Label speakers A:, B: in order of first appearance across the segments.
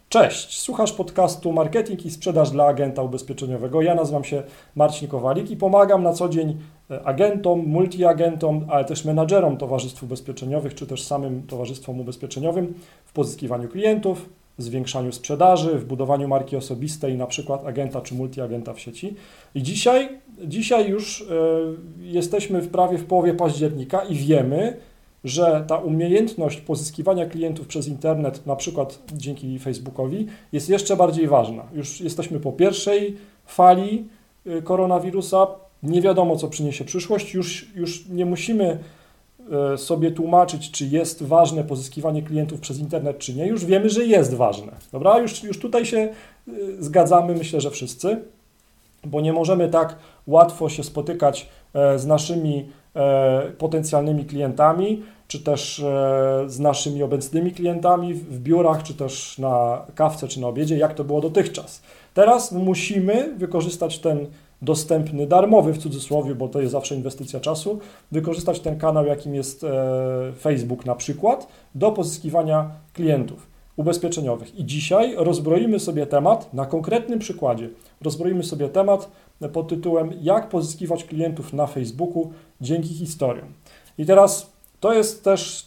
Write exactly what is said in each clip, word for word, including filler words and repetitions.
A: Cześć, słuchasz podcastu Marketing i Sprzedaż dla Agenta Ubezpieczeniowego. Ja nazywam się Marcin Kowalik i pomagam na co dzień agentom, multiagentom, ale też menadżerom towarzystw ubezpieczeniowych, czy też samym towarzystwom ubezpieczeniowym w pozyskiwaniu klientów, zwiększaniu sprzedaży, w budowaniu marki osobistej, na przykład agenta czy multiagenta w sieci. I dzisiaj, dzisiaj już y, jesteśmy w prawie w połowie października i wiemy, że ta umiejętność pozyskiwania klientów przez internet, na przykład dzięki Facebookowi, jest jeszcze bardziej ważna. Już jesteśmy po pierwszej fali koronawirusa, nie wiadomo, co przyniesie przyszłość, już, już nie musimy sobie tłumaczyć, czy jest ważne pozyskiwanie klientów przez internet, czy nie. Już wiemy, że jest ważne. Dobra, już, już tutaj się zgadzamy, myślę, że wszyscy, bo nie możemy tak łatwo się spotykać z naszymi potencjalnymi klientami, czy też z naszymi obecnymi klientami w biurach, czy też na kawce, czy na obiedzie, jak to było dotychczas. Teraz musimy wykorzystać ten dostępny, darmowy w cudzysłowie, bo to jest zawsze inwestycja czasu, wykorzystać ten kanał, jakim jest Facebook na przykład, do pozyskiwania klientów ubezpieczeniowych. I dzisiaj rozbroimy sobie temat, na konkretnym przykładzie, rozbroimy sobie temat pod tytułem jak pozyskiwać klientów na Facebooku dzięki historiom. I teraz to jest też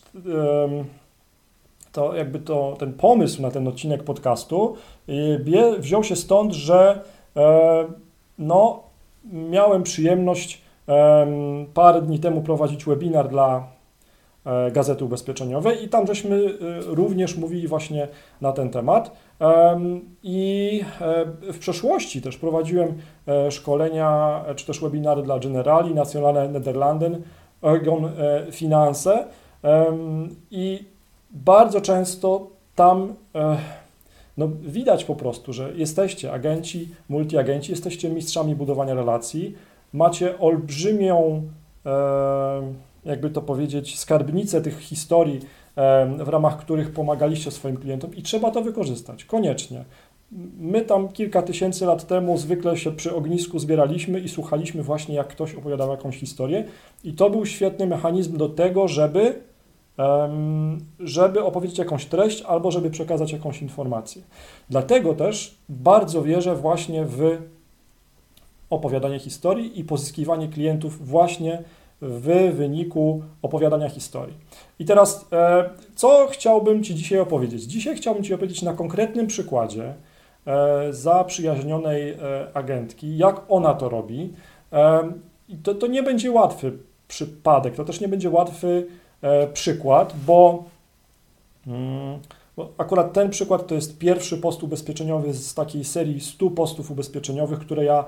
A: to jakby to, ten pomysł na ten odcinek podcastu wziął się stąd, że no, miałem przyjemność parę dni temu prowadzić webinar dla Gazety Ubezpieczeniowej i tam żeśmy również mówili właśnie na ten temat. I w przeszłości też prowadziłem szkolenia, czy też webinary dla Generali, Nationale Nederlanden, Oregon Finanse i bardzo często tam no, widać po prostu, że jesteście agenci, multiagenci, jesteście mistrzami budowania relacji, macie olbrzymią, jakby to powiedzieć, skarbnicę tych historii, w ramach których pomagaliście swoim klientom i trzeba to wykorzystać, koniecznie. My tam kilka tysięcy lat temu zwykle się przy ognisku zbieraliśmy i słuchaliśmy właśnie, jak ktoś opowiadał jakąś historię i to był świetny mechanizm do tego, żeby, żeby opowiedzieć jakąś treść albo żeby przekazać jakąś informację. Dlatego też bardzo wierzę właśnie w opowiadanie historii i pozyskiwanie klientów właśnie w wyniku opowiadania historii. I teraz, co chciałbym Ci dzisiaj opowiedzieć? Dzisiaj chciałbym Ci opowiedzieć na konkretnym przykładzie zaprzyjaźnionej agentki, jak ona to robi. I to, to nie będzie łatwy przypadek, to też nie będzie łatwy przykład, bo, bo akurat ten przykład to jest pierwszy post ubezpieczeniowy z takiej serii stu postów ubezpieczeniowych, które ja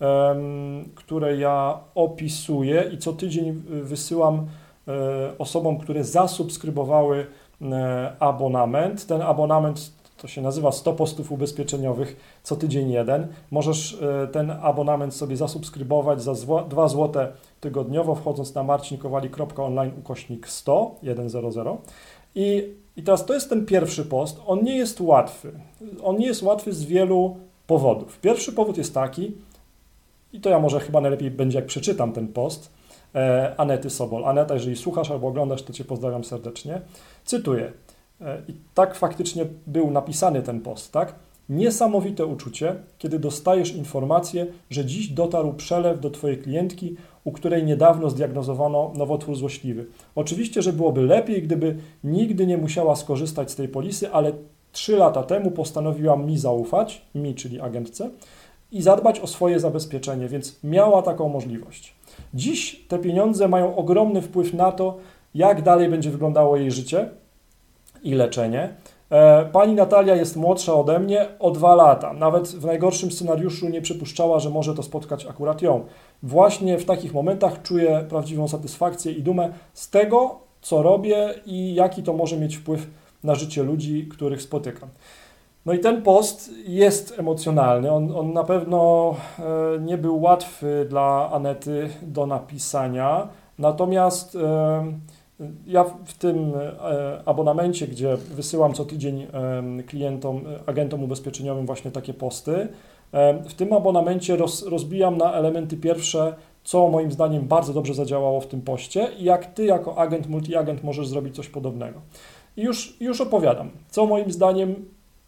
A: które ja opisuję i co tydzień wysyłam osobom, które zasubskrybowały abonament. Ten abonament to się nazywa sto postów ubezpieczeniowych, co tydzień jeden. Możesz ten abonament sobie zasubskrybować za dwa złote tygodniowo, wchodząc na marcinkowalik kropka online ukośnik sto tysiąc. I, I teraz to jest ten pierwszy post. On nie jest łatwy. On nie jest łatwy z wielu powodów. Pierwszy powód jest taki, i to ja może chyba najlepiej będzie, jak przeczytam ten post Anety Sobol. Aneta, jeżeli słuchasz albo oglądasz, to Cię pozdrawiam serdecznie. Cytuję. I tak faktycznie był napisany ten post, tak? Niesamowite uczucie, kiedy dostajesz informację, że dziś dotarł przelew do Twojej klientki, u której niedawno zdiagnozowano nowotwór złośliwy. Oczywiście, że byłoby lepiej, gdyby nigdy nie musiała skorzystać z tej polisy, ale trzy lata temu postanowiłam mi zaufać, mi, czyli agentce, i zadbać o swoje zabezpieczenie, więc miała taką możliwość. Dziś te pieniądze mają ogromny wpływ na to, jak dalej będzie wyglądało jej życie i leczenie. Pani Natalia jest młodsza ode mnie o dwa lata. Nawet w najgorszym scenariuszu nie przypuszczała, że może to spotkać akurat ją. Właśnie w takich momentach czuję prawdziwą satysfakcję i dumę z tego, co robię i jaki to może mieć wpływ na życie ludzi, których spotykam. No i ten post jest emocjonalny, on, on na pewno e, nie był łatwy dla Anety do napisania, natomiast e, ja w tym e, abonamencie, gdzie wysyłam co tydzień e, klientom, agentom ubezpieczeniowym właśnie takie posty, e, w tym abonamencie roz, rozbijam na elementy pierwsze, co moim zdaniem bardzo dobrze zadziałało w tym poście i jak Ty jako agent, multiagent możesz zrobić coś podobnego. I już, już opowiadam, co moim zdaniem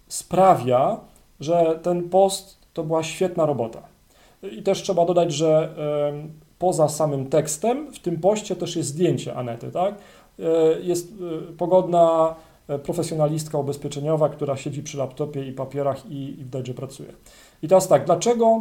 A: sprawia, że ten post to była świetna robota. I też trzeba dodać, że poza samym tekstem w tym poście też jest zdjęcie Anety, tak? Jest pogodna profesjonalistka ubezpieczeniowa, która siedzi przy laptopie i papierach i, i widać, że pracuje. I teraz tak, dlaczego,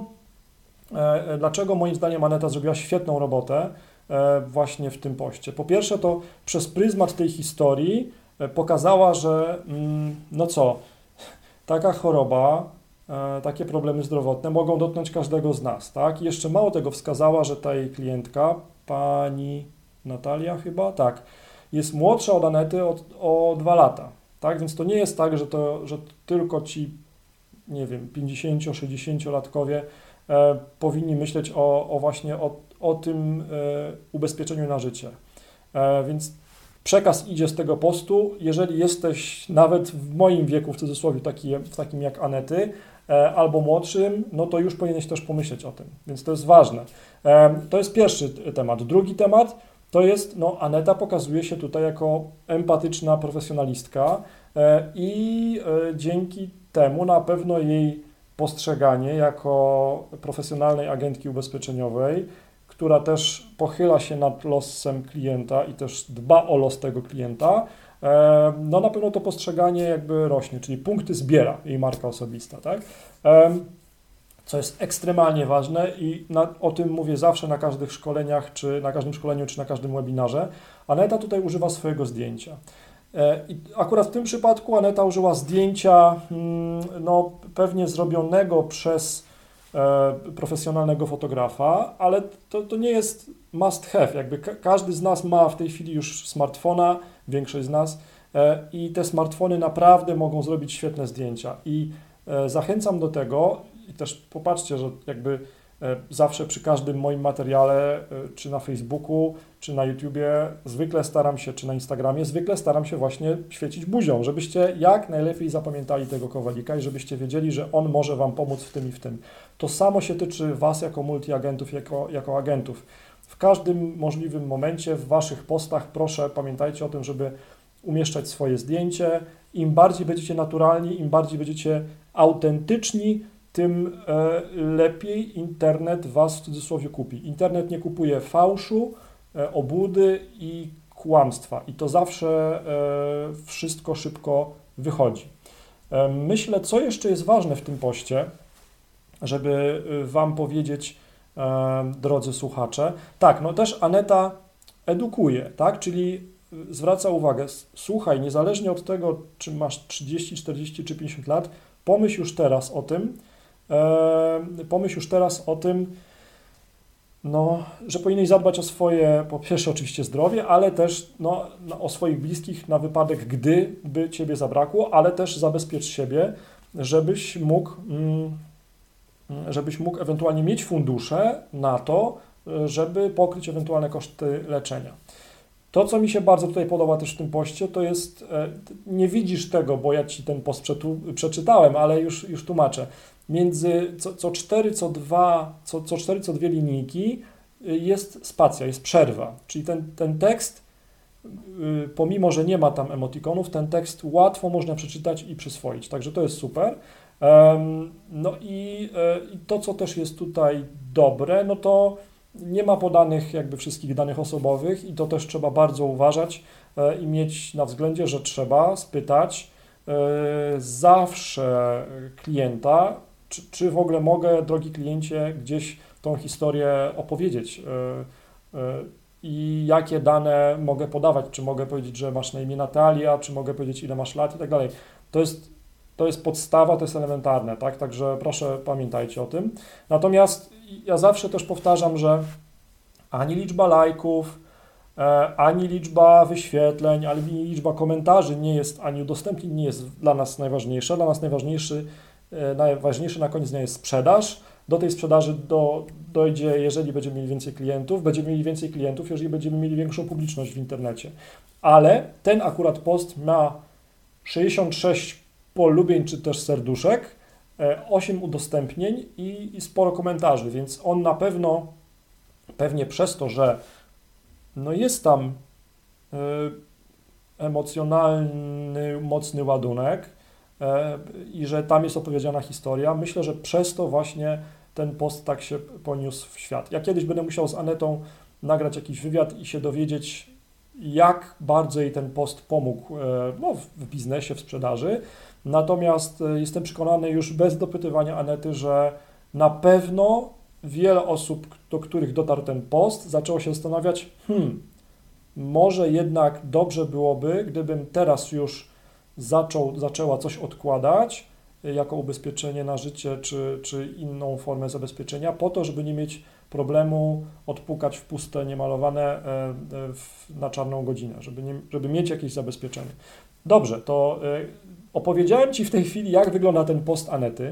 A: dlaczego moim zdaniem Aneta zrobiła świetną robotę właśnie w tym poście? Po pierwsze, to przez pryzmat tej historii pokazała, że no co, taka choroba, takie problemy zdrowotne mogą dotknąć każdego z nas, tak? I jeszcze mało tego wskazała, że ta jej klientka, pani Natalia chyba, tak, jest młodsza od Anety od, o dwa lata, tak? Więc to nie jest tak, że to, że tylko ci, nie wiem, pięćdziesięcio-sześćdziesięciolatkowie e, powinni myśleć o, o właśnie o, o tym e, ubezpieczeniu na życie. E, więc przekaz idzie z tego postu. Jeżeli jesteś nawet w moim wieku, w cudzysłowie, taki, takim jak Anety, e, albo młodszym, no to już powinieneś też pomyśleć o tym, więc to jest ważne. E, to jest pierwszy temat. Drugi temat to jest, no Aneta pokazuje się tutaj jako empatyczna profesjonalistka e, i e, dzięki temu na pewno jej postrzeganie jako profesjonalnej agentki ubezpieczeniowej, która też pochyla się nad losem klienta i też dba o los tego klienta, e, no na pewno to postrzeganie jakby rośnie, czyli punkty zbiera jej marka osobista, tak? E, co jest ekstremalnie ważne i na, o tym mówię zawsze na każdych szkoleniach, czy na każdym szkoleniu, czy na każdym webinarze. Aneta tutaj używa swojego zdjęcia. I akurat w tym przypadku Aneta użyła zdjęcia no, pewnie zrobionego przez e, profesjonalnego fotografa, ale to, to nie jest must have. Jakby ka każdy z nas ma w tej chwili już smartfona, większość z nas, e, i te smartfony naprawdę mogą zrobić świetne zdjęcia. I e, zachęcam do tego. I też popatrzcie, że jakby zawsze przy każdym moim materiale, czy na Facebooku, czy na YouTubie, zwykle staram się, czy na Instagramie, zwykle staram się właśnie świecić buzią, żebyście jak najlepiej zapamiętali tego kowalika i żebyście wiedzieli, że on może Wam pomóc w tym i w tym. To samo się tyczy Was jako multiagentów, jako, jako agentów. W każdym możliwym momencie w Waszych postach proszę pamiętajcie o tym, żeby umieszczać swoje zdjęcie. Im bardziej będziecie naturalni, im bardziej będziecie autentyczni, tym lepiej internet Was w cudzysłowie kupi. Internet nie kupuje fałszu, obłudy i kłamstwa i to zawsze wszystko szybko wychodzi. Myślę, co jeszcze jest ważne w tym poście, żeby Wam powiedzieć, drodzy słuchacze. Tak, no też Aneta edukuje, tak, czyli zwraca uwagę, słuchaj, niezależnie od tego, czy masz trzydzieści, czterdzieści czy pięćdziesiąt lat, pomyśl już teraz o tym, pomyśl już teraz o tym, no, że powinieneś zadbać o swoje, po pierwsze oczywiście zdrowie, ale też no, no, o swoich bliskich na wypadek, gdyby Ciebie zabrakło, ale też zabezpiecz siebie, żebyś mógł, żebyś mógł ewentualnie mieć fundusze na to, żeby pokryć ewentualne koszty leczenia. To, co mi się bardzo tutaj podoba też w tym poście, to jest, nie widzisz tego, bo ja Ci ten post przeczytałem, ale już, już tłumaczę. Między co, co cztery, co dwa, co, co cztery, co dwie linijki jest spacja, jest przerwa. Czyli ten, ten tekst, pomimo że nie ma tam emotikonów, ten tekst łatwo można przeczytać i przyswoić. Także to jest super. No i, i to, co też jest tutaj dobre, no to nie ma podanych jakby wszystkich danych osobowych i to też trzeba bardzo uważać i mieć na względzie, że trzeba spytać zawsze klienta, czy, czy w ogóle mogę, drogi kliencie, gdzieś tą historię opowiedzieć i jakie dane mogę podawać, czy mogę powiedzieć, że masz na imię Natalia, czy mogę powiedzieć, ile masz lat i tak dalej. To jest, to jest podstawa, to jest elementarne, tak? Także proszę pamiętajcie o tym. Natomiast ja zawsze też powtarzam, że ani liczba lajków, ani liczba wyświetleń, ani liczba komentarzy nie jest, ani udostępnień nie jest dla nas najważniejsza. Dla nas najważniejszy, najważniejszy na koniec dnia jest sprzedaż. Do tej sprzedaży do, dojdzie, jeżeli będziemy mieli więcej klientów, będziemy mieli więcej klientów, jeżeli będziemy mieli większą publiczność w internecie. Ale ten akurat post ma sześćdziesiąt sześć polubień czy też serduszek, osiem udostępnień i, i sporo komentarzy, więc on na pewno, pewnie przez to, że no jest tam y, emocjonalny, mocny ładunek, i że tam jest opowiedziana historia. Myślę, że przez to właśnie ten post tak się poniósł w świat. Ja kiedyś będę musiał z Anetą nagrać jakiś wywiad i się dowiedzieć, jak bardzo jej ten post pomógł no, w biznesie, w sprzedaży. Natomiast jestem przekonany już bez dopytywania Anety, że na pewno wiele osób, do których dotarł ten post, zaczęło się zastanawiać, hmm, może jednak dobrze byłoby, gdybym teraz już zaczął, zaczęła coś odkładać jako ubezpieczenie na życie czy, czy inną formę zabezpieczenia, po to, żeby nie mieć problemu odpukać w puste, niemalowane na czarną godzinę, żeby, nie, żeby mieć jakieś zabezpieczenie. Dobrze, to opowiedziałem Ci w tej chwili, jak wygląda ten post Anety.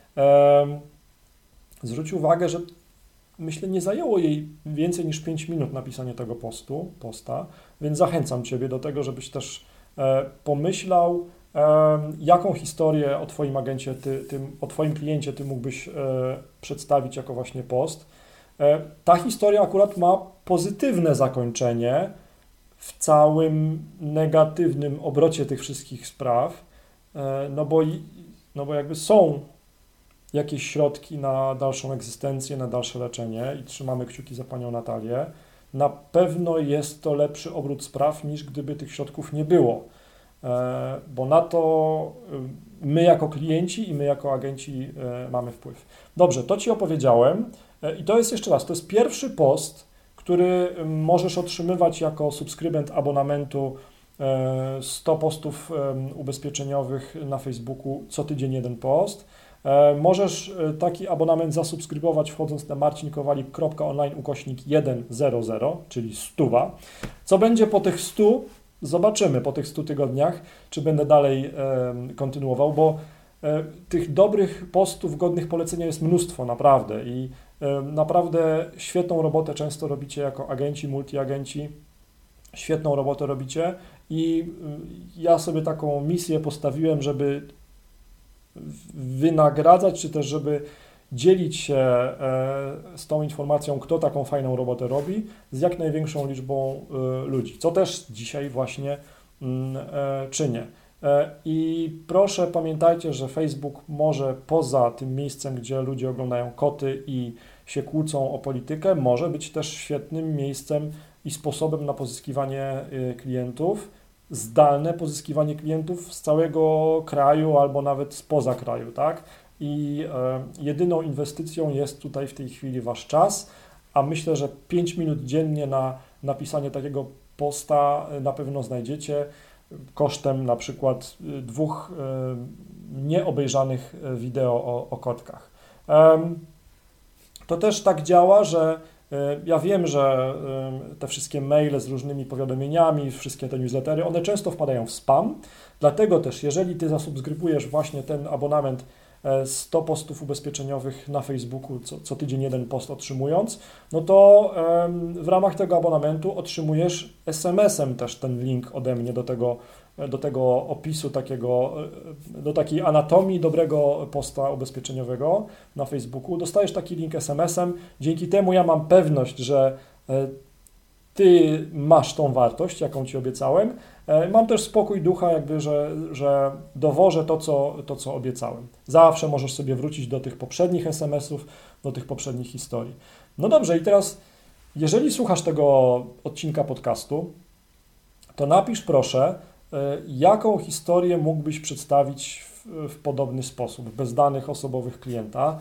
A: Zwróć uwagę, że myślę, nie zajęło jej więcej niż pięć minut napisanie tego postu, posta, więc zachęcam Ciebie do tego, żebyś też pomyślał, jaką historię o Twoim agencie, ty, ty, o Twoim kliencie Ty mógłbyś przedstawić jako właśnie post. Ta historia akurat ma pozytywne zakończenie w całym negatywnym obrocie tych wszystkich spraw, no bo, no bo jakby są jakieś środki na dalszą egzystencję, na dalsze leczenie i trzymamy kciuki za Panią Natalię. Na pewno jest to lepszy obrót spraw, niż gdyby tych środków nie było, bo na to my jako klienci i my jako agenci mamy wpływ. Dobrze, to Ci opowiedziałem i to jest jeszcze raz, to jest pierwszy post, który możesz otrzymywać jako subskrybent abonamentu sto postów ubezpieczeniowych na Facebooku, co tydzień jeden post. Możesz taki abonament zasubskrybować wchodząc na marcinkowalik kropka online ukośnik sto, czyli stuwa. Co będzie po tych stu? Zobaczymy po tych stu tygodniach, czy będę dalej e, kontynuował, bo e, tych dobrych postów godnych polecenia jest mnóstwo, naprawdę. I e, naprawdę świetną robotę często robicie jako agenci, multiagenci. Świetną robotę robicie i e, ja sobie taką misję postawiłem, żeby wynagradzać, czy też żeby dzielić się e, z tą informacją, kto taką fajną robotę robi, z jak największą liczbą e, ludzi, co też dzisiaj właśnie mm, e, czynię. E, I proszę pamiętajcie, że Facebook może poza tym miejscem, gdzie ludzie oglądają koty i się kłócą o politykę, może być też świetnym miejscem i sposobem na pozyskiwanie e, klientów, zdalne pozyskiwanie klientów z całego kraju albo nawet spoza kraju, tak? I e, jedyną inwestycją jest tutaj w tej chwili Wasz czas, a myślę, że pięć minut dziennie na napisanie takiego posta na pewno znajdziecie kosztem na przykład dwóch e, nieobejrzanych wideo o, o kotkach. E, to też tak działa, że e, ja wiem, że e, te wszystkie maile z różnymi powiadomieniami, wszystkie te newslettery, one często wpadają w spam, dlatego też jeżeli Ty zasubskrybujesz właśnie ten abonament sto postów ubezpieczeniowych na Facebooku, co, co tydzień jeden post otrzymując, no to em, w ramach tego abonamentu otrzymujesz es em esem też ten link ode mnie do tego, do tego opisu, takiego, do takiej anatomii dobrego posta ubezpieczeniowego na Facebooku. Dostajesz taki link es em esem, dzięki temu ja mam pewność, że e, Ty masz tą wartość, jaką Ci obiecałem. Mam też spokój ducha, jakby, że, że dowożę to co, to, co obiecałem. Zawsze możesz sobie wrócić do tych poprzednich es em esów, do tych poprzednich historii. No dobrze, i teraz, jeżeli słuchasz tego odcinka podcastu, to napisz proszę, jaką historię mógłbyś przedstawić w, w podobny sposób, bez danych osobowych klienta,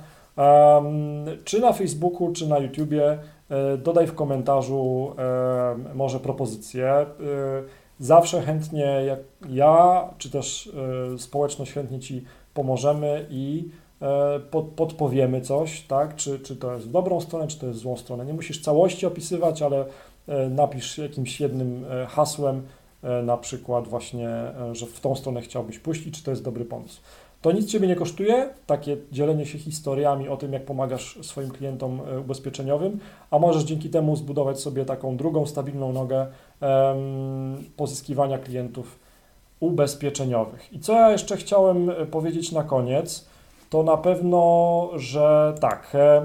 A: um, czy na Facebooku, czy na YouTubie. Dodaj w komentarzu e, może propozycję. E, zawsze chętnie, jak ja, czy też e, społeczność chętnie Ci pomożemy i e, pod, podpowiemy coś, tak? Czy, czy to jest w dobrą stronę, czy to jest w złą stronę. Nie musisz całości opisywać, ale e, napisz jakimś jednym e, hasłem, e, na przykład właśnie, e, że w tą stronę chciałbyś pójść i czy to jest dobry pomysł. To nic Ciebie nie kosztuje, takie dzielenie się historiami o tym, jak pomagasz swoim klientom ubezpieczeniowym, a możesz dzięki temu zbudować sobie taką drugą, stabilną nogę em, pozyskiwania klientów ubezpieczeniowych. I co ja jeszcze chciałem powiedzieć na koniec, to na pewno, że tak, e,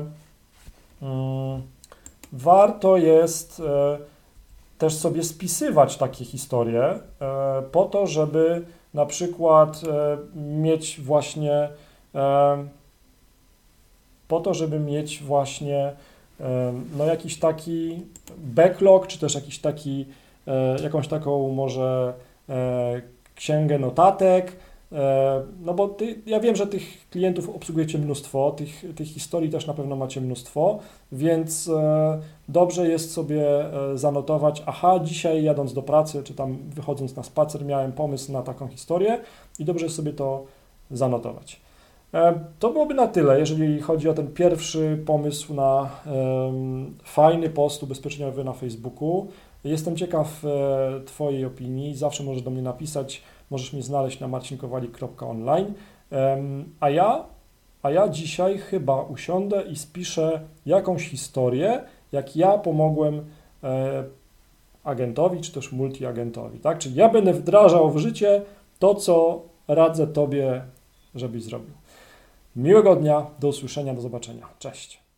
A: mm, warto jest e, też sobie spisywać takie historie e, po to, żeby na przykład e, mieć właśnie e, po to, żeby mieć właśnie e, no jakiś taki backlog, czy też jakiś taki, e, jakąś taką może e, księgę notatek, e, no bo ty, ja wiem, że tych klientów obsługujecie mnóstwo, tych, tych historii też na pewno macie mnóstwo, więc e, dobrze jest sobie e, zanotować, aha, dzisiaj jadąc do pracy, czy tam wychodząc na spacer miałem pomysł na taką historię i dobrze jest sobie to zanotować. E, To byłoby na tyle, jeżeli chodzi o ten pierwszy pomysł na em, fajny post ubezpieczeniowy na Facebooku. Jestem ciekaw e, Twojej opinii, zawsze możesz do mnie napisać, możesz mnie znaleźć na marcinkowalik kropka online, Em, a ja, a ja dzisiaj chyba usiądę i spiszę jakąś historię, jak ja pomogłem e, agentowi, czy też multiagentowi, tak? Czyli ja będę wdrażał w życie to, co radzę Tobie, żebyś zrobił. Miłego dnia, do usłyszenia, do zobaczenia. Cześć.